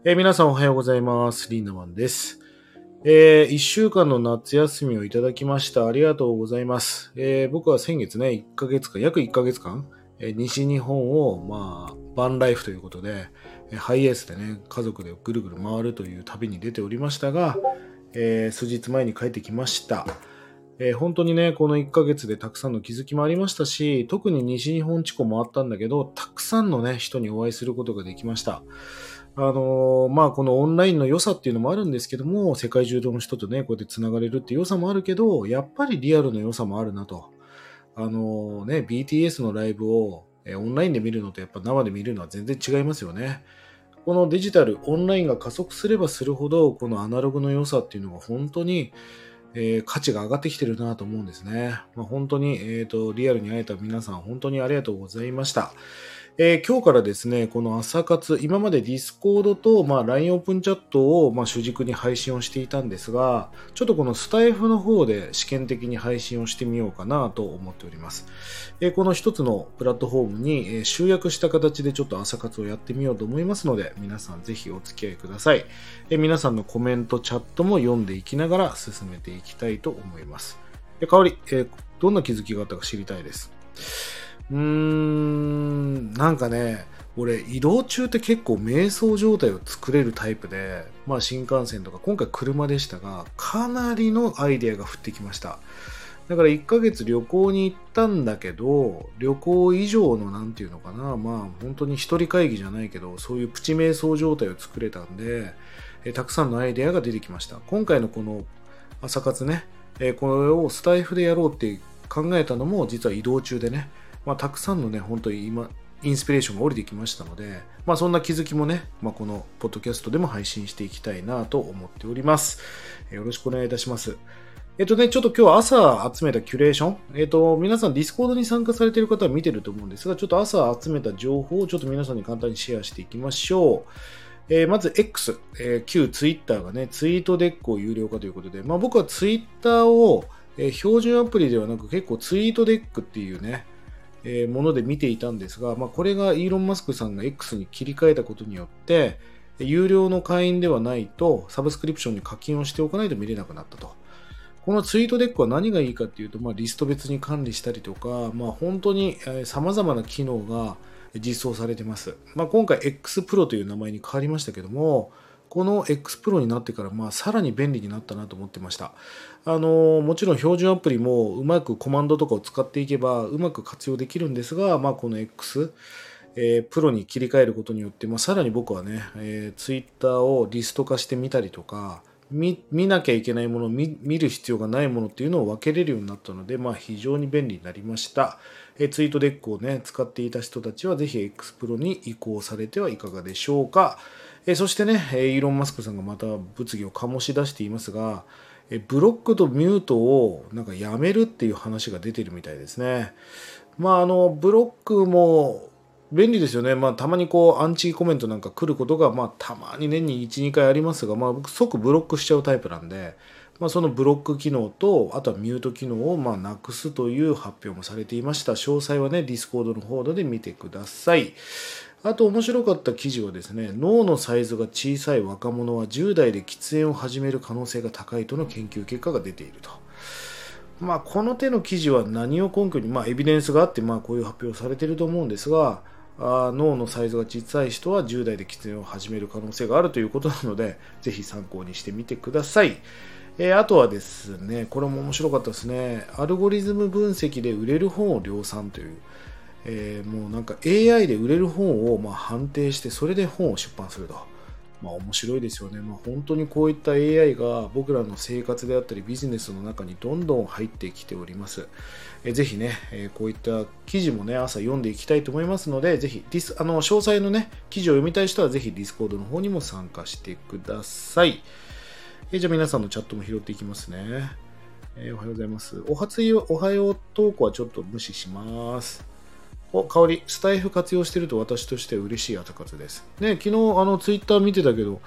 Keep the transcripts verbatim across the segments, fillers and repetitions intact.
えー皆さんおはようございます。リーナマンです。えー、いっしゅうかんの夏休みをいただきました。ありがとうございます。えー僕は先月ね、いっかげつかん、約いっかげつかん、えー西日本を、まあ、バンライフということで、えーハイエースでね、家族でぐるぐる回るという旅に出ておりましたが、えー数日前に帰ってきました。えー本当にね、このいっかげつでたくさんの気づきもありましたし、特に西日本地区回ったんだけど、たくさんのね、人にお会いすることができました。あのーまあ、このオンラインの良さっていうのもあるんですけども、世界中の人とね、こうやって繋がれるっていう良さもあるけど、やっぱりリアルの良さもあるなと。あのーね、ビーティーエス のライブをえーオンラインで見るのとやっぱ生で見るのは全然違いますよね。このデジタル、オンラインが加速すればするほど、このアナログの良さっていうのが本当に、えー価値が上がってきてるなと思うんですね。まあ、本当に、えーと、リアルに会えた皆さん、本当にありがとうございました。えー今日からですね、この朝活、今まで Discord と、まあ、ライン オープンチャットを、まあ、主軸に配信をしていたんですが、ちょっとこのスタイフの方で試験的に配信をしてみようかなと思っております。えーこの一つのプラットフォームに、えー集約した形でちょっと朝活をやってみようと思いますので、皆さんぜひお付き合いください。えー皆さんのコメント、チャットも読んでいきながら進めていきたいと思います。えー、かわり、えーどんな気づきがあったか知りたいです。うーん、なんかね、俺移動中って結構瞑想状態を作れるタイプで、まあ新幹線とか今回車でしたが、かなりのアイデアが降ってきました。だからいっかげつ旅行に行ったんだけど、旅行以上のなんていうのかな、まあ本当に一人会議じゃないけど、そういうプチ瞑想状態を作れたんで、えたくさんのアイデアが出てきました。今回のこの朝活ね、えこれをスタイフでやろうって考えたのも実は移動中でね、まあ、たくさんのね、本当に今、インスピレーションが降りてきましたので、まあ、そんな気づきもね、まあ、このポッドキャストでも配信していきたいなと思っております。よろしくお願いいたします。えっとね、ちょっと今日朝集めたキュレーション、えっと、皆さんディスコードに参加されている方は見てると思うんですが、ちょっと朝集めた情報をちょっと皆さんに簡単にシェアしていきましょう。えーまず X、えー旧 Twitter がね、ツイートデックを有料化ということで、まあ、僕は Twitter を、えー標準アプリではなく結構ツイートデックっていうね、えーもので見ていたんですが、まあ、これがイーロン・マスクさんが X に切り替えたことによって、有料の会員ではないと、サブスクリプションに課金をしておかないと見れなくなったと。このツイートデックは何がいいかっていうと、まあ、リスト別に管理したりとか、まあ、本当に様々な機能が実装されています。まあ、今回 X Pro という名前に変わりましたけども、この X Pro になってから、まあ、さらに便利になったなと思ってました。あのもちろん標準アプリもうまくコマンドとかを使っていけばうまく活用できるんですが、まあ、この X、えー、プロに切り替えることによって、まあ、さらに僕はね、えー、Twitter をリスト化してみたりとか、見見なきゃいけないもの、見見る必要がないものっていうのを分けれるようになったので、まあ、非常に便利になりました。えーツイートデックをね、使っていた人たちはぜひ X プロに移行されてはいかがでしょうか。えーそしてね、えーイーロン・マスクさんがまた物議を醸し出していますが、えーブロックとミュートをなんかやめるっていう話が出てるみたいですね。まあ、あの、ブロックも便利ですよね。まあ、たまにこう、アンチコメントなんか来ることが、まあ、たまに年にいち、にかいありますが、まあ、僕即ブロックしちゃうタイプなんで、まあ、そのブロック機能と、あとはミュート機能を、まあ、なくすという発表もされていました。詳細はね、ディスコードの方で見てください。あと面白かった記事はですね、脳のサイズが小さい若者はじゅう代で喫煙を始める可能性が高いとの研究結果が出ていると。まあ、この手の記事は何を根拠に、まあ、エビデンスがあって、まあ、こういう発表されていると思うんですが、あ脳のサイズが小さい人はじゅう代で喫煙を始める可能性があるということなので、ぜひ参考にしてみてください。えーあとはですね、これも面白かったですね。アルゴリズム分析で売れる本を量産という、えーもうなんか エーアイ で売れる本をまあ判定して、それで本を出版すると。まあ面白いですよね。まあ、本当にこういった エーアイ が僕らの生活であったりビジネスの中にどんどん入ってきております。えーぜひね、えーこういった記事もね、朝読んでいきたいと思いますので、ぜひディス、あの、詳細のね、記事を読みたい人はぜひディスコードの方にも参加してください。えーじゃあ皆さんのチャットも拾っていきますね。えーおはようございます。お初いおはよう投稿はちょっと無視します。お、香り、スタイフ活用してると私としては嬉しい朝活です。ね、昨日あのツイッター見てたけど、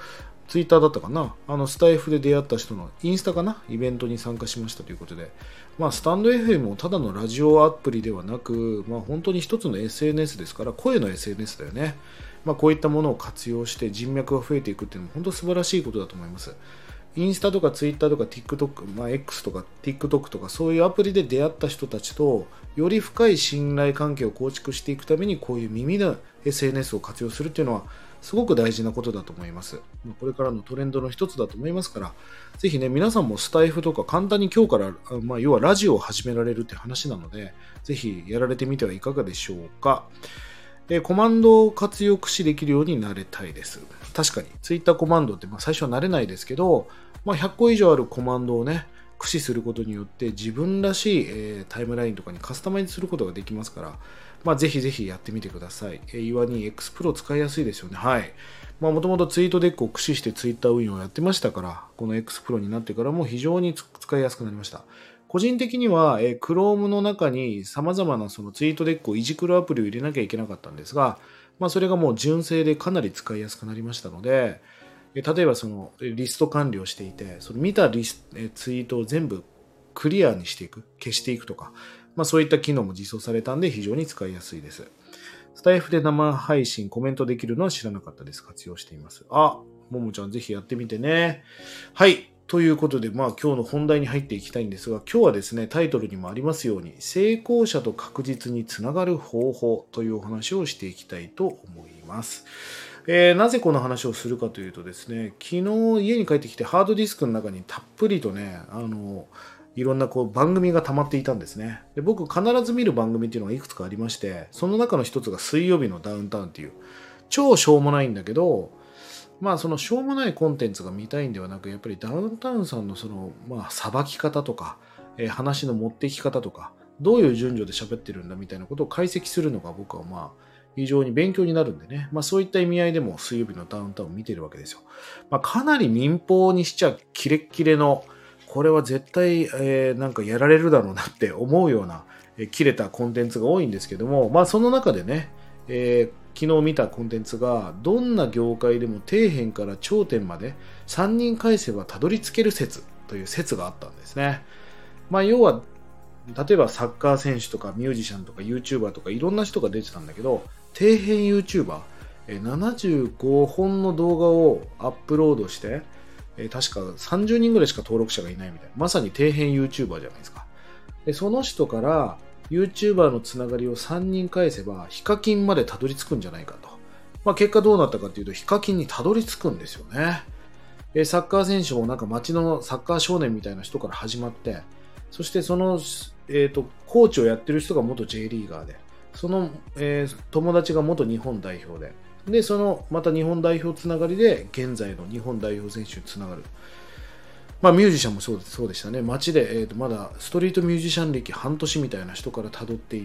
ツイッターだったかな、あのスタイフで出会った人のインスタかな、イベントに参加しましたということで、まあ、スタンド エフエム もただのラジオアプリではなく、まあ、本当に一つの エスエヌエス ですから、声の エスエヌエス だよね。まあ、こういったものを活用して人脈が増えていくっていうのも本当素晴らしいことだと思います。インスタとかツイッターとか TikTok、まあ、X とか TikTok とかそういうアプリで出会った人たちとより深い信頼関係を構築していくためにこういう耳の エスエヌエス を活用するっていうのはすごく大事なことだと思います。これからのトレンドの一つだと思いますから、ぜひね、皆さんもスタイフとか簡単に今日から、まあ、要はラジオを始められるって話なので、ぜひやられてみてはいかがでしょうか。でコマンドを活用駆使できるようになりたいです。確かに、ツイッターコマンドってまあ最初は慣れないですけど、まあ、ひゃっこ以上あるコマンドをね、駆使することによって自分らしい、えー、タイムラインとかにカスタマイズすることができますから、まあ、ぜひぜひやってみてください。えー、ユアに X プロ使いやすいですよね。はい。まあ、もともとツイートデックを駆使してツイッター運用をやってましたから、この X プロになってからも非常に使いやすくなりました。個人的には、えー、Chrome の中に様々なそのツイートデックをいじくるアプリを入れなきゃいけなかったんですが、まあ、それがもう純正でかなり使いやすくなりましたので、例えばそのリスト管理をしていて、その見たリスツイートを全部クリアにしていく、消していくとか、まあ、そういった機能も実装されたんで非常に使いやすいです。スタイフで生配信、コメントできるのは知らなかったです。活用しています。あ、ももちゃんぜひやってみてね。はい。ということで、まあ今日の本題に入っていきたいんですが、今日はですね、タイトルにもありますように、成功者と確実につながる方法というお話をしていきたいと思います。えー、なぜこの話をするかというとですね、昨日家に帰ってきてハードディスクの中にたっぷりとね、あの、いろんなこう番組が溜まっていたんですね。で僕必ず見る番組っていうのがいくつかありまして、その中の一つが水曜日のダウンタウンっていう、超しょうもないんだけど、まあそのしょうもないコンテンツが見たいんではなく、やっぱりダウンタウンさんのその、まあさばき方とか、えー、話の持っていき方とか、どういう順序で喋ってるんだみたいなことを解析するのが僕はまあ、非常に勉強になるんでね。まあそういった意味合いでも水曜日のダウンタウンを見てるわけですよ。まあかなり民放にしちゃキレッキレの、これは絶対、えー、なんかやられるだろうなって思うような、えー、切れたコンテンツが多いんですけども、まあその中でね、えー、昨日見たコンテンツがどんな業界でも底辺から頂点までさんにん返せばたどり着ける説という説があったんですね。まあ要は例えばサッカー選手とかミュージシャンとか YouTuber とかいろんな人が出てたんだけど、底辺 YouTuber、ななじゅうごほんの動画をアップロードして、確かさんじゅうにんぐらいしか登録者がいないみたいな、まさに底辺 YouTuber じゃないですか。でその人から YouTuber のつながりをさんにん返せばヒカキンまでたどり着くんじゃないかと。まあ、結果どうなったかというとヒカキンにたどり着くんですよね。サッカー選手もなんか街のサッカー少年みたいな人から始まって、そしてその、えーと、コーチをやってる人が元 J リーガーで、その、えー、友達が元日本代表で、で、そのまた日本代表つながりで現在の日本代表選手につながる。まあミュージシャンもそうで、そうでしたね。街で、えーと、まだストリートミュージシャン歴半年みたいな人から辿っていって、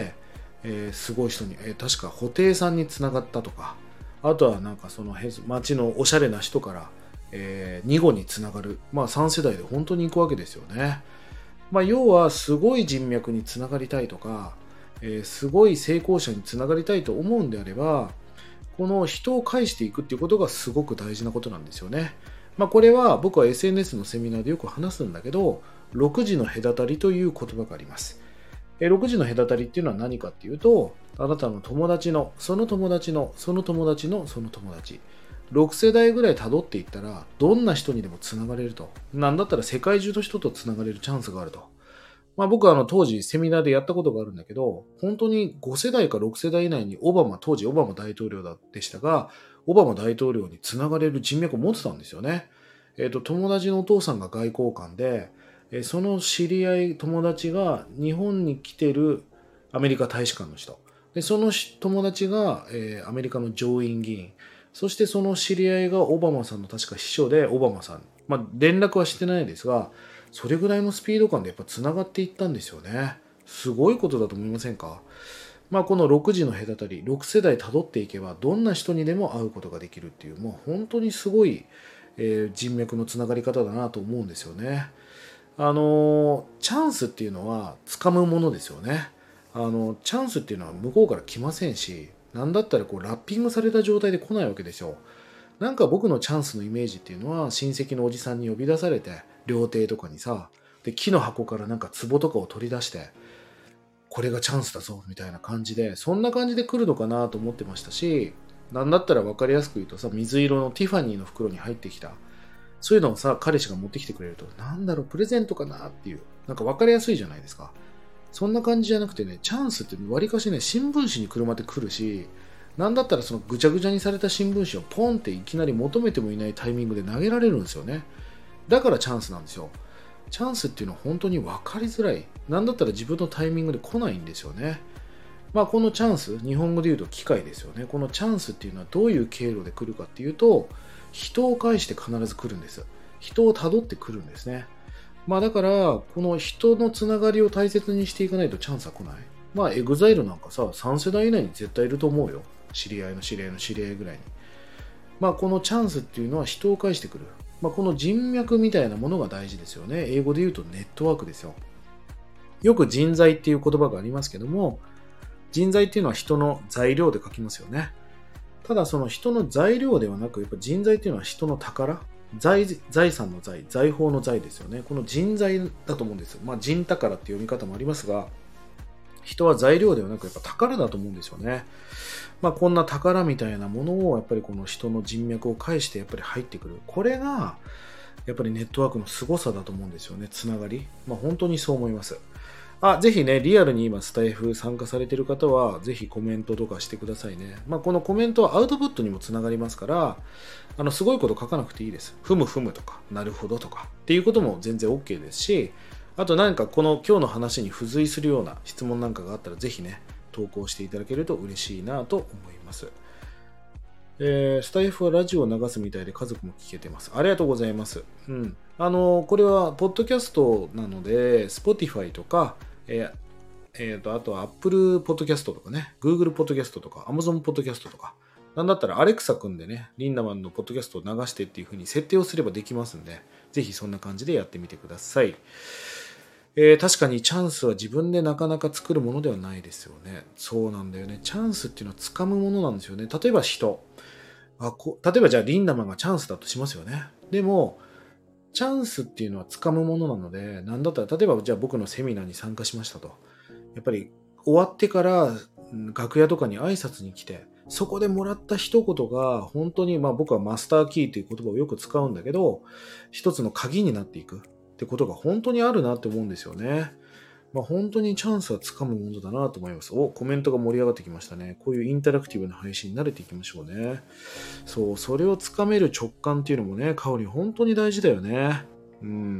えー、すごい人に、えー、確か布袋さんにつながったとか、あとはなんかその街のおしゃれな人から、えー、に号につながる。まあさん世代で本当に行くわけですよね。まあ要はすごい人脈につながりたいとか、えー、すごい成功者につながりたいと思うんであれば、この人を介していくっていうことがすごく大事なことなんですよね。まあこれは僕は エスエヌエス のセミナーでよく話すんだけど、ろくじの隔たりという言葉があります。ろくじの隔たりっていうのは何かっていうと、あなたの友達の、その友達の、その友達の、その友達。ろく世代ぐらい辿っていったら、どんな人にでもつながれると。なんだったら世界中の人とつながれるチャンスがあると。まあ僕はあの当時セミナーでやったことがあるんだけど、本当にご世代かろく世代以内にオバマ、当時オバマ大統領でしたが、オバマ大統領につながれる人脈を持ってたんですよね。えっと、友達のお父さんが外交官で、その知り合い、友達が日本に来てるアメリカ大使館の人。で、その友達が、えー、アメリカの上院議員。そしてその知り合いがオバマさんの確か秘書で、オバマさん。まあ、連絡はしてないですが、それぐらいのスピード感でやっぱつながっていったんですよね。すごいことだと思いませんか？まあ、このろくじの隔たり、ろく世代辿っていけば、どんな人にでも会うことができるっていう、もう本当にすごい、えー、人脈のつながり方だなと思うんですよね。あのチャンスっていうのは掴むものですよね。あのチャンスっていうのは向こうから来ませんし、なんだったらこうラッピングされた状態で来ないわけですよ。 なんか僕のチャンスのイメージっていうのは、親戚のおじさんに呼び出されて、料亭とかにさ、で木の箱からなんか壺とかを取り出して、これがチャンスだぞみたいな感じで、そんな感じで来るのかなと思ってましたし、なんだったら分かりやすく言うとさ、水色のティファニーの袋に入ってきた、そういうのをさ、彼氏が持ってきてくれると、なんだろう、プレゼントかなっていう、なんか分かりやすいじゃないですか。そんな感じじゃなくてね、チャンスってわりかしね、新聞紙に車で来るし、なんだったらそのぐちゃぐちゃにされた新聞紙をポンっていきなり求めてもいないタイミングで投げられるんですよね。だからチャンスなんですよ。チャンスっていうのは本当に分かりづらい。なんだったら自分のタイミングで来ないんですよね。まあこのチャンス、日本語で言うと機会ですよね。このチャンスっていうのはどういう経路で来るかっていうと、人を介して必ず来るんです。人をたどってくるんですね。まあだから、この人のつながりを大切にしていかないとチャンスは来ない。まあエグザイルなんかさ、さん世代以内に絶対いると思うよ。知り合いの知り合いの知り合いぐらいに。まあこのチャンスっていうのは人を介してくる。まあこの人脈みたいなものが大事ですよね。英語で言うとネットワークですよ。よく人材っていう言葉がありますけども、人材っていうのは人の材料で書きますよね。ただその人の材料ではなく、やっぱ人材っていうのは人の宝。財, 財産の財、財宝の財ですよね。この人材だと思うんですよ。まあ人宝って読み方もありますが、人は材料ではなくやっぱ宝だと思うんですよね。まあこんな宝みたいなものをやっぱりこの人の人脈を介してやっぱり入ってくる。これがやっぱりネットワークの凄さだと思うんですよね。つながり。まあ本当にそう思います。あ、ぜひね、リアルに今スタイフ参加されている方は、ぜひコメントとかしてくださいね。まあ、このコメントはアウトプットにもつながりますから、あの、すごいこと書かなくていいです。ふむふむとか、なるほどとか、っていうことも全然 OK ですし、あと何かこの今日の話に付随するような質問なんかがあったら、ぜひね、投稿していただけると嬉しいなと思います。えー、スタイフはラジオを流すみたいで家族も聞けてます。ありがとうございます。うん。あの、これは、ポッドキャストなので、Spotify とか、えーえーと、あとは Apple Podcast とかね、Google Podcast とか、Amazon Podcast とか、なんだったら Alexa 君でね、リンダマンのポッドキャストを流してっていう風に設定をすればできますんで、ぜひそんな感じでやってみてください。えー、確かにチャンスは自分でなかなか作るものではないですよね。そうなんだよね。チャンスっていうのは掴むものなんですよね。例えば人。あこ例えばじゃあリンダマンがチャンスだとしますよね。でも、チャンスっていうのは掴むものなので、なんだったら、例えばじゃあ僕のセミナーに参加しましたと。やっぱり終わってから楽屋とかに挨拶に来て、そこでもらった一言が本当に、まあ僕はマスターキーという言葉をよく使うんだけど、一つの鍵になっていくってことが本当にあるなって思うんですよね。まあ本当にチャンスはつかむものだなと思います。お、コメントが盛り上がってきましたね。こういうインタラクティブな配信に慣れていきましょうね。そう、それをつかめる直感っていうのもね、香り本当に大事だよね。うん。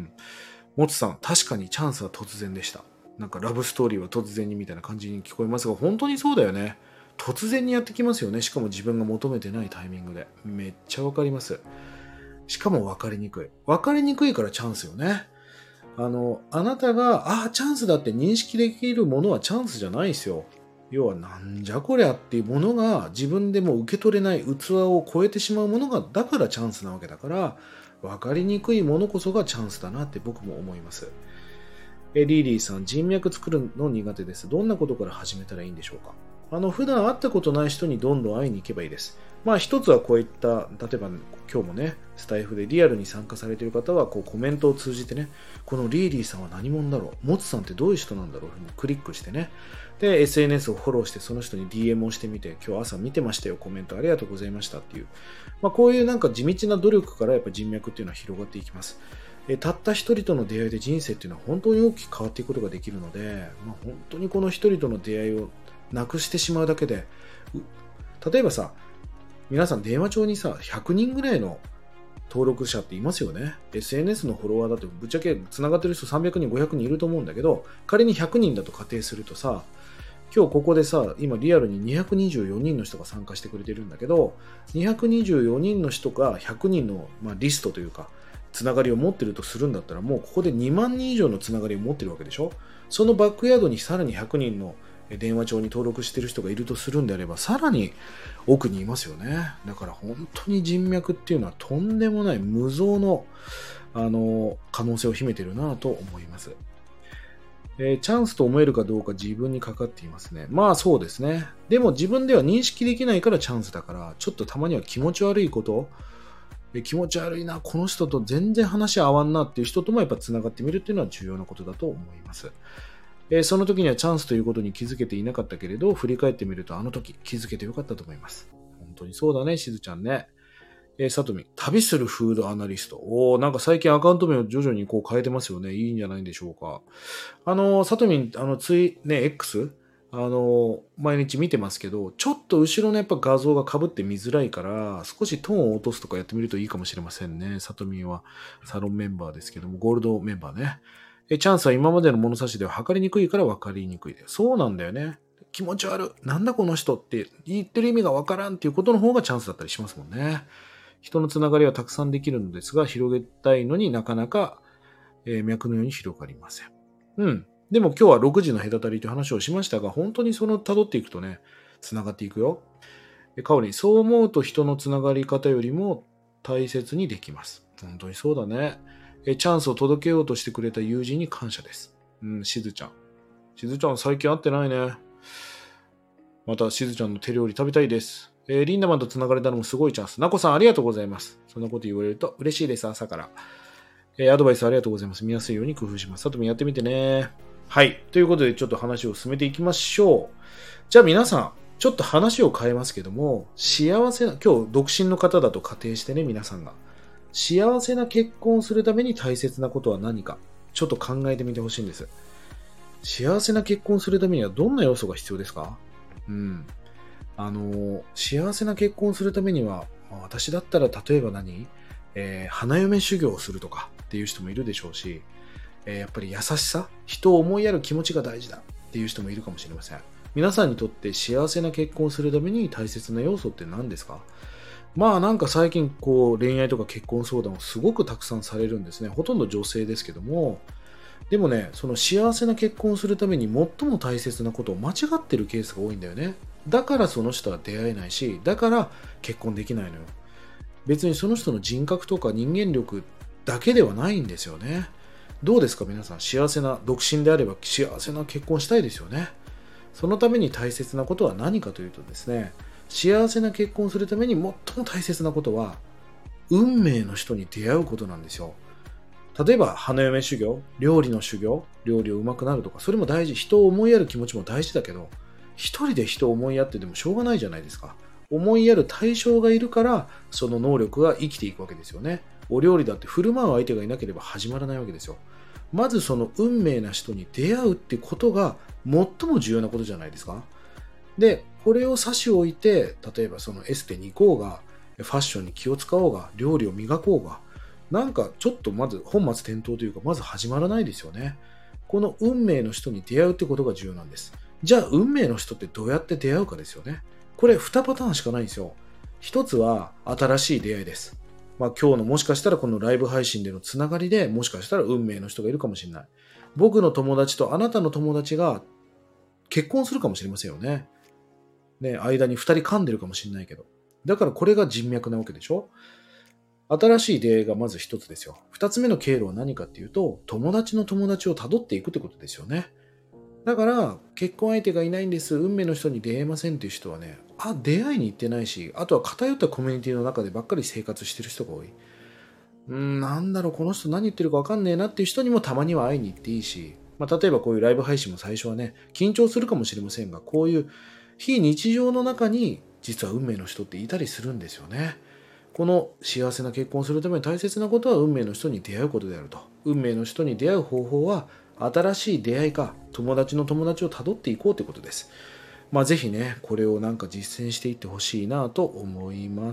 もつさん、確かにチャンスは突然でした。なんかラブストーリーは突然にみたいな感じに聞こえますが、本当にそうだよね。突然にやってきますよね。しかも自分が求めてないタイミングで。めっちゃわかります。しかも分かりにくい。分かりにくいからチャンスよね。あの、あなたが、ああ、チャンスだって認識できるものはチャンスじゃないですよ。要は、なんじゃこりゃっていうものが自分でも受け取れない器を超えてしまうものが、だからチャンスなわけだから、分かりにくいものこそがチャンスだなって僕も思います。え、リーリーさん、人脈作るの苦手です。どんなことから始めたらいいんでしょうか。あの、普段会ったことない人にどんどん会いに行けばいいです。まあ一つはこういった、例えば今日もね、スタイフでリアルに参加されている方はこうコメントを通じてね、このリーリーさんは何者だろう、モツさんってどういう人なんだろう、クリックしてね、で、エスエヌエス をフォローしてその人に ディーエム をしてみて、今日朝見てましたよ、コメントありがとうございましたっていう、まあこういうなんか地道な努力からやっぱ人脈っていうのは広がっていきます。えたった一人との出会いで人生っていうのは本当に大きく変わっていくことができるので、まあ、本当にこの一人との出会いをなくしてしまうだけで、例えばさ、皆さん電話帳にさ、ひゃくにんぐらいの登録者っていますよね。エスエヌエス のフォロワーだとぶっちゃけ繋がってる人さんびゃくにん、ごひゃくにんいると思うんだけど、仮にひゃくにんだと仮定するとさ、今日ここでさ、今リアルににひゃくにじゅうよにんの人が参加してくれてるんだけど、にひゃくにじゅうよにんの人がひゃくにんの、まあ、リストというか、つながりを持ってるとするんだったら、もうここでにまんにん以上のつながりを持ってるわけでしょ。そのバックヤードにさらにひゃくにんの電話帳に登録してる人がいるとするんであれば、さらに奥にいますよね。だから本当に人脈っていうのはとんでもない無造の、あの可能性を秘めてるなと思います。 えーチャンスと思えるかどうか自分にかかっていますね。まあそうですね。でも自分では認識できないからチャンスだから、ちょっとたまには気持ち悪いこと、えー気持ち悪いな、この人と全然話合わんなっていう人ともやっぱつながってみるっていうのは重要なことだと思います。えーその時にはチャンスということに気づけていなかったけれど、振り返ってみるとあの時気づけてよかったと思います。本当にそうだね、しずちゃんね。えー、さとみ、旅するフードアナリスト。おー、なんか最近アカウント名を徐々にこう変えてますよね。いいんじゃないでしょうか。あの、さとみん、あの、つい、ね、X? あの、毎日見てますけど、ちょっと後ろのやっぱ画像が被って見づらいから、少しトーンを落とすとかやってみるといいかもしれませんね。さとみんはサロンメンバーですけども、ゴールドメンバーね。え、チャンスは今までの物差しでは測りにくいから分かりにくいで。そうなんだよね。気持ち悪い。なんだこの人って言ってる意味が分からんっていうことの方がチャンスだったりしますもんね。人のつながりはたくさんできるのですが、広げたいのになかなか、えー脈のように広がりません。うん。でも今日はろくじの隔たりという話をしましたが、本当にその辿っていくとね、つながっていくよ。えかおりん、そう思うと人のつながり方よりも大切にできます。本当にそうだね。えチャンスを届けようとしてくれた友人に感謝です。うん、しずちゃん。しずちゃん最近会ってないね。またしずちゃんの手料理食べたいです。えーリンダマンと繋がれたのもすごいチャンス。なこさんありがとうございます。そんなこと言われると嬉しいです、朝から。えーアドバイスありがとうございます。見やすいように工夫します。さとみやってみてね。はい。ということでちょっと話を進めていきましょう。じゃあ皆さん、ちょっと話を変えますけども、幸せな、今日独身の方だと仮定してね、皆さんが。幸せな結婚をするために大切なことは何か、ちょっと考えてみてほしいんです。幸せな結婚をするためにはどんな要素が必要ですか？うん。あの、幸せな結婚をするためには、まあ私だったら例えば何、えー花嫁修行をするとかっていう人もいるでしょうし、えーやっぱり優しさ、人を思いやる気持ちが大事だっていう人もいるかもしれません。皆さんにとって幸せな結婚をするために大切な要素って何ですか？まあなんか最近こう恋愛とか結婚相談をすごくたくさんされるんですね。ほとんど女性ですけども、でもね、その幸せな結婚をするために最も大切なことを間違ってるケースが多いんだよね。だからその人は出会えないし、だから結婚できないのよ。別にその人の人格とか人間力だけではないんですよね。どうですか皆さん、幸せな、独身であれば幸せな結婚したいですよね。そのために大切なことは何かというとですね、幸せな結婚をするために最も大切なことは、運命の人に出会うことなんですよ。例えば、花嫁修行、料理の修行、料理をうまくなるとか、それも大事。人を思いやる気持ちも大事だけど、一人で人を思いやってでもしょうがないじゃないですか。思いやる対象がいるから、その能力が生きていくわけですよね。お料理だって振る舞う相手がいなければ始まらないわけですよ。まずその運命な人に出会うってことが最も重要なことじゃないですか。で、これを差し置いて、例えばそのエステに行こうが、ファッションに気を使おうが、料理を磨こうが、なんかちょっとまず本末転倒というか、まず始まらないですよね。この運命の人に出会うってことが重要なんです。じゃあ運命の人ってどうやって出会うかですよね。これにパターンしかないんですよ。一つは新しい出会いです。まあ今日のもしかしたらこのライブ配信でのつながりでもしかしたら運命の人がいるかもしれない。僕の友達とあなたの友達が結婚するかもしれませんよね。ね、間に二人噛んでるかもしれないけど。だからこれが人脈なわけでしょ。新しい出会いがまず一つですよ。二つ目の経路は何かっていうと、友達の友達を辿っていくってことですよね。だから、結婚相手がいないんです、運命の人に出会えませんっていう人はね、あ、出会いに行ってないし、あとは偏ったコミュニティの中でばっかり生活してる人が多い。うーん、なんだろう、この人何言ってるかわかんねえなっていう人にもたまには会いに行っていいし、まあ、例えばこういうライブ配信も最初はね、緊張するかもしれませんが、こういう非日常の中に実は運命の人っていたりするんですよね。この幸せな結婚をするために大切なことは運命の人に出会うことであると。運命の人に出会う方法は新しい出会いか友達の友達をたどっていこうということです。まあぜひね、これをなんか実践していってほしいなと思います。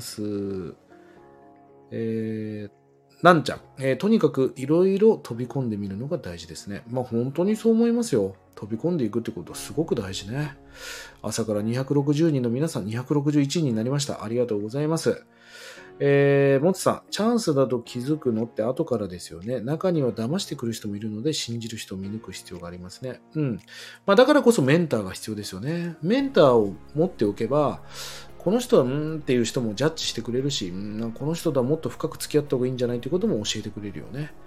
えー、なんちゃん、えーとにかくいろいろ飛び込んでみるのが大事ですね。まあ本当にそう思いますよ。飛び込んでいくってことはすごく大事ね。朝からにひゃくろくじゅうにんの皆さん、にひゃくろくじゅういちにんになりました。ありがとうございます。えー、もつさん、チャンスだと気づくのって後からですよね。中には騙してくる人もいるので、信じる人を見抜く必要がありますね。うん。まあ、だからこそメンターが必要ですよね。メンターを持っておけば、この人はうーんっていう人もジャッジしてくれるし、うん、この人とはもっと深く付き合った方がいいんじゃないということも教えてくれるよね。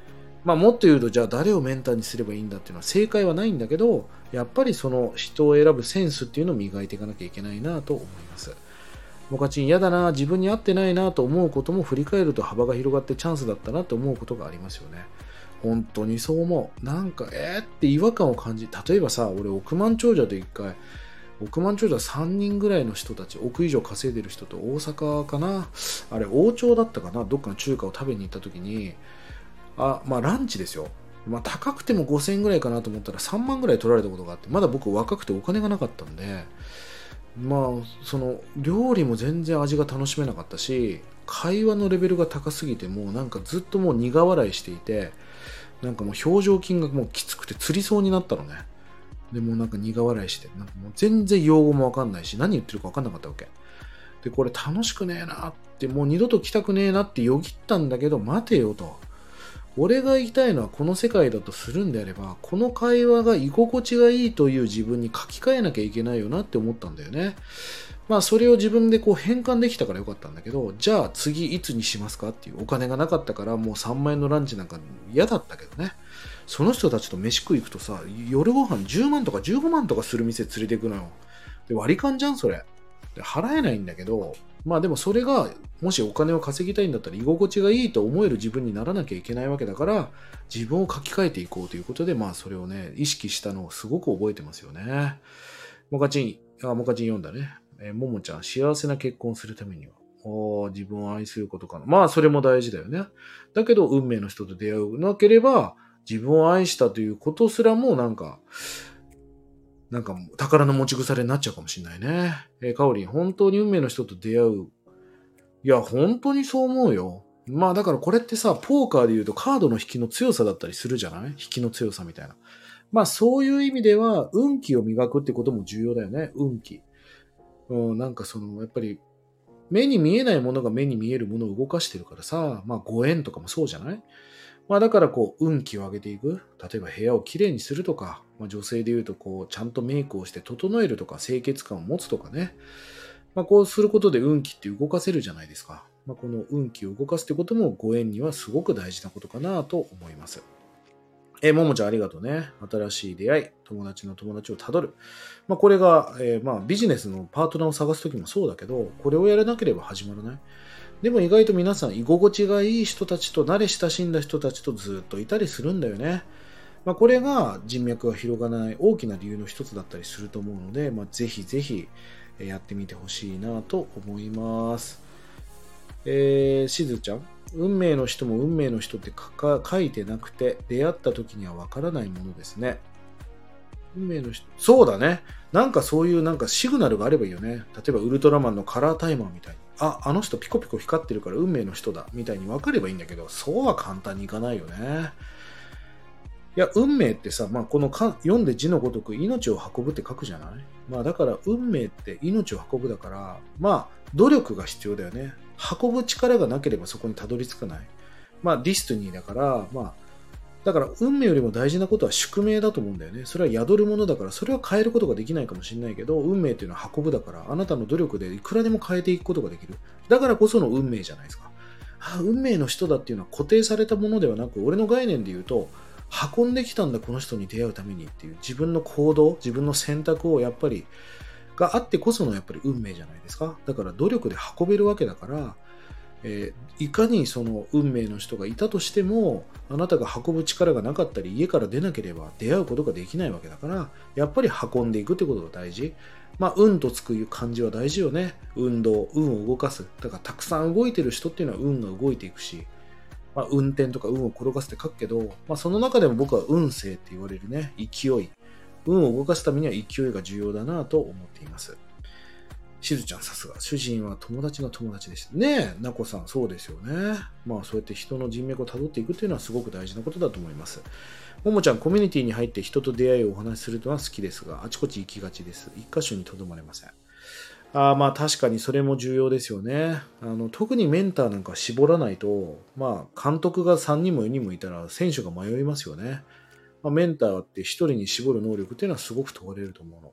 まあもっと言うと、じゃあ誰をメンターにすればいいんだっていうのは正解はないんだけど、やっぱりその人を選ぶセンスっていうのを磨いていかなきゃいけないなと思います。モカチン嫌だな、自分に合ってないなと思うことも振り返ると幅が広がってチャンスだったなと思うことがありますよね。本当にそう思う。なんか、えーって違和感を感じ、例えばさ、俺億万長者で一回、億万長者さんにんぐらいの人たち、億以上稼いでる人と大阪かな、あれ王朝だったかな、どっかの中華を食べに行った時に、あ、まあランチですよ。まあ高くてもごせんえんぐらいかなと思ったらさんまんぐらい取られたことがあって、まだ僕若くてお金がなかったんで、まあその料理も全然味が楽しめなかったし、会話のレベルが高すぎてもうなんかずっともう苦笑いしていて、なんかもう表情筋がもうきつくてつりそうになったのね。でもうなんか苦笑いして、なんかもう全然用語もわかんないし、何言ってるかわかんなかったわけ。で、これ楽しくねえなって、もう二度と来たくねえなってよぎったんだけど、待てよと。俺が言いたいのはこの世界だとするんであれば、この会話が居心地がいいという自分に書き換えなきゃいけないよなって思ったんだよね。まあそれを自分でこう変換できたからよかったんだけど、じゃあ次いつにしますかっていう、お金がなかったからもうさんまんえんのランチなんか嫌だったけどね。その人たちと飯食い行くとさ、夜ご飯じゅうまんとかじゅうごまんとかする店連れて行くのよ。で割り勘じゃんそれ。で払えないんだけど、まあでもそれがもしお金を稼ぎたいんだったら居心地がいいと思える自分にならなきゃいけないわけだから、自分を書き換えていこうということで、まあそれをね、意識したのをすごく覚えてますよね。モカチン、あ、モカチン読んだね。えー、ももちゃん、幸せな結婚するためには、お自分を愛することかな。まあそれも大事だよね。だけど運命の人と出会うなければ、自分を愛したということすらもなんか、なんか宝の持ち腐れになっちゃうかもしれないね。えー、かおりん、本当に運命の人と出会う。いや、本当にそう思うよ。まあだからこれってさ、ポーカーで言うとカードの引きの強さだったりするじゃない？引きの強さみたいな。まあそういう意味では、運気を磨くってことも重要だよね。運気。うん、なんかその、やっぱり、目に見えないものが目に見えるものを動かしてるからさ、まあご縁とかもそうじゃない？まあだからこう、運気を上げていく。例えば部屋をきれいにするとか、まあ女性で言うとこう、ちゃんとメイクをして整えるとか、清潔感を持つとかね。まあこうすることで運気って動かせるじゃないですか。まあこの運気を動かすってこともご縁にはすごく大事なことかなと思います。えー、ももちゃんありがとうね。新しい出会い、友達の友達をたどる。まあこれが、えー、まあビジネスのパートナーを探すときもそうだけど、これをやらなければ始まらない。でも意外と皆さん居心地がいい人たちと慣れ親しんだ人たちとずっといたりするんだよね。まあ、これが人脈が広がらない大きな理由の一つだったりすると思うので、まあ、ぜひぜひやってみてほしいなと思います。えー、しずちゃん、運命の人も運命の人って書か書いてなくて、出会った時にはわからないものですね。運命の人、そうだね。なんかそういうなんかシグナルがあればいいよね。例えばウルトラマンのカラータイマーみたいに。あ、あの人ピコピコ光ってるから運命の人だ。みたいに分かればいいんだけど、そうは簡単にいかないよね。いや、運命ってさ、まあこのか読んで字のごとく命を運ぶって書くじゃない？まあだから運命って命を運ぶだから、まあ努力が必要だよね。運ぶ力がなければそこにたどり着かない。まあディストニーだから、まあだから運命よりも大事なことは宿命だと思うんだよね。それは宿るものだから、それは変えることができないかもしれないけど、運命っていうのは運ぶだから、あなたの努力でいくらでも変えていくことができる。だからこその運命じゃないですか。あ、運命の人だっていうのは固定されたものではなく、俺の概念で言うと、運んできたんだこの人に出会うためにっていう自分の行動、自分の選択をやっぱりがあってこそのやっぱり運命じゃないですか。だから努力で運べるわけだから、えー、いかにその運命の人がいたとしても、あなたが運ぶ力がなかったり家から出なければ出会うことができないわけだから、やっぱり運んでいくってことが大事。まあ運とつく感じは大事よね。運動、運を動かす。だからたくさん動いてる人っていうのは運が動いていくし、まあ、運転とか運を転がすって書くけど、まあ、その中でも僕は運勢って言われるね、勢い。運を動かすためには勢いが重要だなと思っています。しずちゃんさすが。主人は友達の友達でした。ねえ、なこさんそうですよね。まあそうやって人の人脈をたどっていくっていうのはすごく大事なことだと思います。ももちゃん、コミュニティに入って人と出会いをお話しするのは好きですが、あちこち行きがちです。一箇所にとどまれません。あまあ確かにそれも重要ですよね。あの特にメンターなんか絞らないと、まあ監督がさんにんもよにんもいたら選手が迷いますよね。まあ、メンターってひとりに絞る能力っていうのはすごく問われると思うの。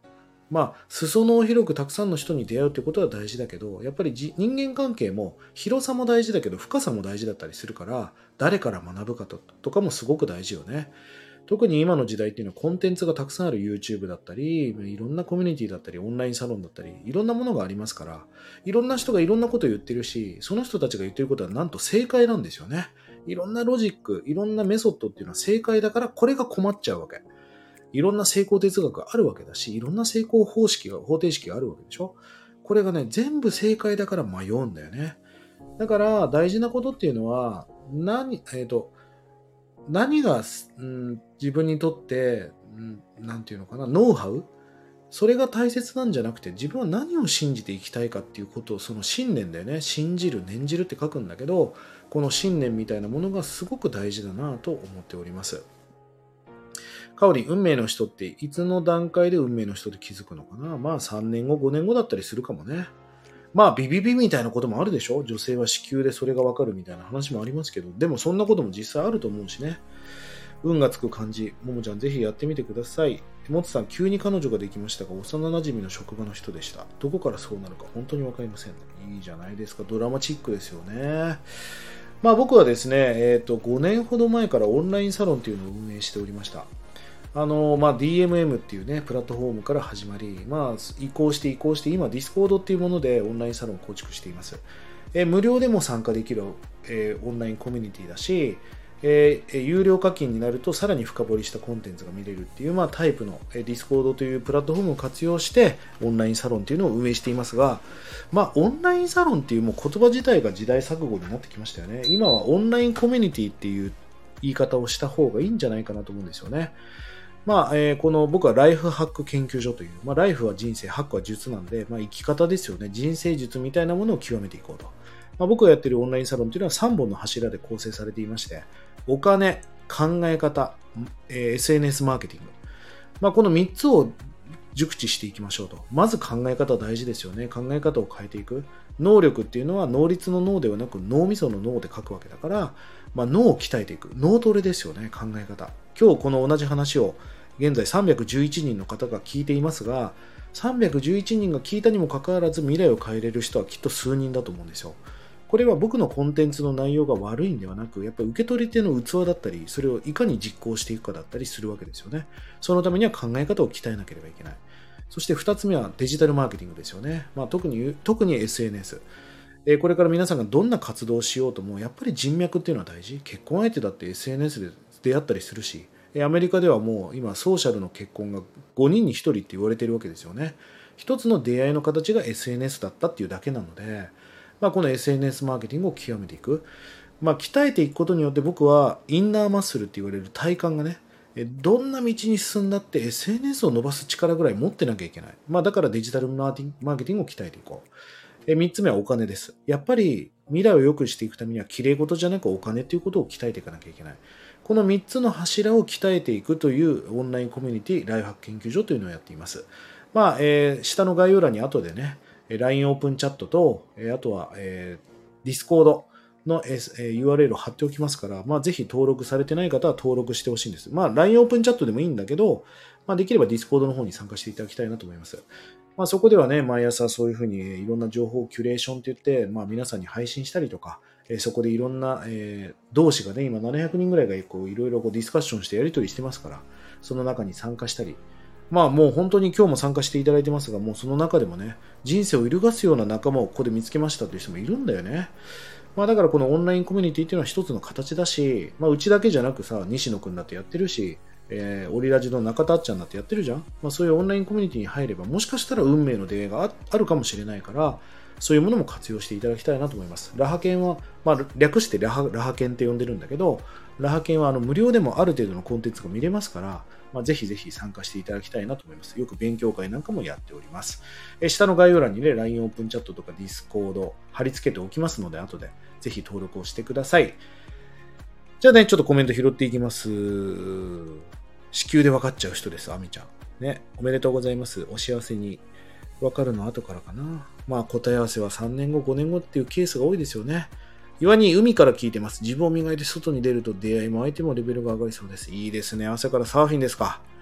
まあ、裾野を広くたくさんの人に出会うってことは大事だけど、やっぱりじ人間関係も広さも大事だけど、深さも大事だったりするから、誰から学ぶかととかもすごく大事よね。特に今の時代っていうのはコンテンツがたくさんある YouTube だったり、いろんなコミュニティだったり、オンラインサロンだったり、いろんなものがありますから、いろんな人がいろんなことを言ってるし、その人たちが言ってることはなんと正解なんですよね。いろんなロジック、いろんなメソッドっていうのは正解だから、これが困っちゃうわけ。いろんな成功哲学があるわけだし、いろんな成功方式が、方程式があるわけでしょ。これがね、全部正解だから迷うんだよね。だから大事なことっていうのは、何、えっと、何が、うん、自分にとって、うん、なんていうのかな、ノウハウそれが大切なんじゃなくて、自分は何を信じていきたいかっていうことを、その信念だよね。信じる、念じるって書くんだけど、この信念みたいなものがすごく大事だなと思っております。かおり、運命の人っていつの段階で運命の人で気づくのかな。まあさんねんご、ごねんごだったりするかもね。まあビビビみたいなこともあるでしょ。女性は子宮でそれがわかるみたいな話もありますけど、でもそんなことも実際あると思うしね。運がつく感じ、ももちゃんぜひやってみてください。もつさん、急に彼女ができましたが、幼馴染の職場の人でした。どこからそうなるか本当にわかりません。いいじゃないですか。ドラマチックですよね。まあ僕はですね、えっと、ごねんほど前からオンラインサロンというのを運営しておりました。あの、まあ、ディーエムエム っていうね、プラットフォームから始まり、まあ、移行して移行して、今、Discord っていうものでオンラインサロンを構築しています。え無料でも参加できる、えー、オンラインコミュニティだし、えー、有料課金になるとさらに深掘りしたコンテンツが見れるっていう、まあ、タイプの、えー、Discord というプラットフォームを活用してオンラインサロンっていうのを運営していますが、まあ、オンラインサロンっていうもう言葉自体が時代錯誤になってきましたよね。今はオンラインコミュニティっていう言い方をした方がいいんじゃないかなと思うんですよね。まあ、えー、この僕はライフハック研究所という、まあ、ライフは人生、ハックは術なんで、まあ、生き方ですよね。人生術みたいなものを極めていこうと。まあ、僕がやっているオンラインサロンというのはさんぼんの柱で構成されていまして、お金、考え方、えー、エスエヌエス マーケティング。まあ、このみっつを熟知していきましょうと。まず考え方大事ですよね。考え方を変えていく。能力っていうのは能率の脳ではなく脳みその脳で書くわけだから、まあ、脳を鍛えていく。脳トレですよね。考え方。今日この同じ話を現在さんびゃくじゅういちにんの方が聞いていますが、さんびゃくじゅういちにんが聞いたにもかかわらず未来を変えれる人はきっと数人だと思うんですよ。これは僕のコンテンツの内容が悪いんではなく、やっぱり受け取り手の器だったり、それをいかに実行していくかだったりするわけですよね。そのためには考え方を鍛えなければいけない。そしてふたつめはデジタルマーケティングですよね。まあ、特に、特に エスエヌエス。えー、これから皆さんがどんな活動をしようとも、やっぱり人脈っていうのは大事。結婚相手だって エスエヌエス で出会ったりするし、アメリカではもう今ソーシャルの結婚がごにんにひとりって言われているわけですよね。一つの出会いの形が エスエヌエス だったっていうだけなので、まあ、この エスエヌエス マーケティングを極めていく。まあ、鍛えていくことによって僕はインナーマッスルって言われる体幹がね、どんな道に進んだって エスエヌエス を伸ばす力ぐらい持ってなきゃいけない。まあ、だからデジタルマーケティングを鍛えていこう。みっつめはお金です。やっぱり未来を良くしていくためには綺麗事じゃなくお金ということを鍛えていかなきゃいけない。このみっつの柱を鍛えていくというオンラインコミュニティライフハック研究所というのをやっています。まあ、えー、下の概要欄に後でね、ライン オープンチャットと、あとは、えー、Discord の ユーアールエル を貼っておきますから、まあ、ぜひ登録されてない方は登録してほしいんです。まあ、ライン オープンチャットでもいいんだけど、まあ、できれば Discord の方に参加していただきたいなと思います。まあ、そこではね、毎朝そういうふうにいろんな情報をキュレーションといって、まあ、皆さんに配信したりとか、えー、そこでいろんな、えー、同志がね、今ななひゃくにんぐらいがこういろいろこうディスカッションしてやり取りしてますから、その中に参加したり、まあもう本当に今日も参加していただいてますが、もうその中でもね、人生を揺るがすような仲間をここで見つけましたという人もいるんだよね。まあだからこのオンラインコミュニティっていうのは一つの形だし、まあうちだけじゃなくさ、西野くんだってやってるし、えー、オリラジの中田あっちゃんだってやってるじゃん。まあそういうオンラインコミュニティに入れば、もしかしたら運命の出会いが あ, あるかもしれないから、そういうものも活用していただきたいなと思います。ラハ研は、まあ略してラハ、ラハ研って呼んでるんだけど、ラハ研はあの無料でもある程度のコンテンツが見れますから、まあ、ぜひぜひ参加していただきたいなと思います。よく勉強会なんかもやっております。え下の概要欄にね、ライン オープンチャットとか Discord 貼り付けておきますので、後でぜひ登録をしてください。じゃあね、ちょっとコメント拾っていきます。子宮で分かっちゃう人です、あみちゃん。ね、おめでとうございます。お幸せに。分かるの後からかな。まあ答え合わせはさんねんご、ごねんごっていうケースが多いですよね。岩に海から聞いてます。自分を磨いて外に出ると出会いも相手もレベルが上がりそうです。いいですね。朝からサーフィンですか。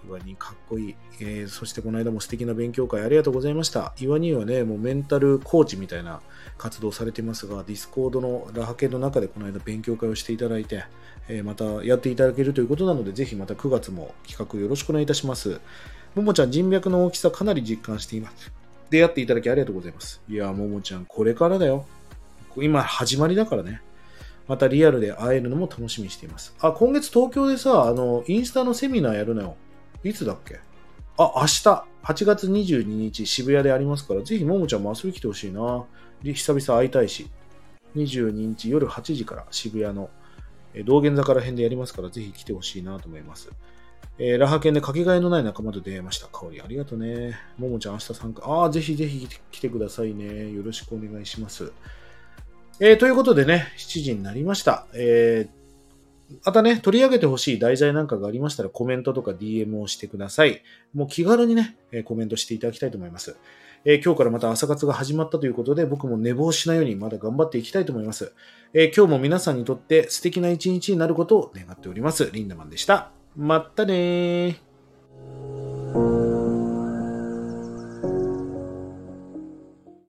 岩にかっこいい。えー、そしてこの間も素敵な勉強会ありがとうございました。岩にはね、もうメンタルコーチみたいな活動されていますが、ディスコードのラハ系の中でこの間勉強会をしていただいて、えー、またやっていただけるということなので、ぜひまたくがつも企画よろしくお願いいたします。ももちゃん、人脈の大きさかなり実感しています。出会っていただきありがとうございます。いや、ももちゃん、これからだよ。今始まりだからね。またリアルで会えるのも楽しみにしています。あ、今月東京でさ、あの、インスタのセミナーやるのよ。いつだっけ？あ、明日、はちがつにじゅうににち渋谷でありますから、ぜひももちゃんも遊びに来てほしいな。で、久々会いたいし。にじゅうににち夜はちじから渋谷の道玄坂ら辺でやりますから、ぜひ来てほしいなと思います。えー、ラハ県でかけがえのない仲間と出会いました。香りありがとうね。ももちゃん明日参加。ああ、ぜひぜひ来てくださいね。よろしくお願いします。えー、ということでね、しちじになりました。えー、またね、取り上げてほしい題材なんかがありましたらコメントとか ディーエム をしてください。もう気軽にね、コメントしていただきたいと思います。えー、今日からまた朝活が始まったということで、僕も寝坊しないようにまだ頑張っていきたいと思います。えー、今日も皆さんにとって素敵な一日になることを願っております。リンダマンでした。まったねー。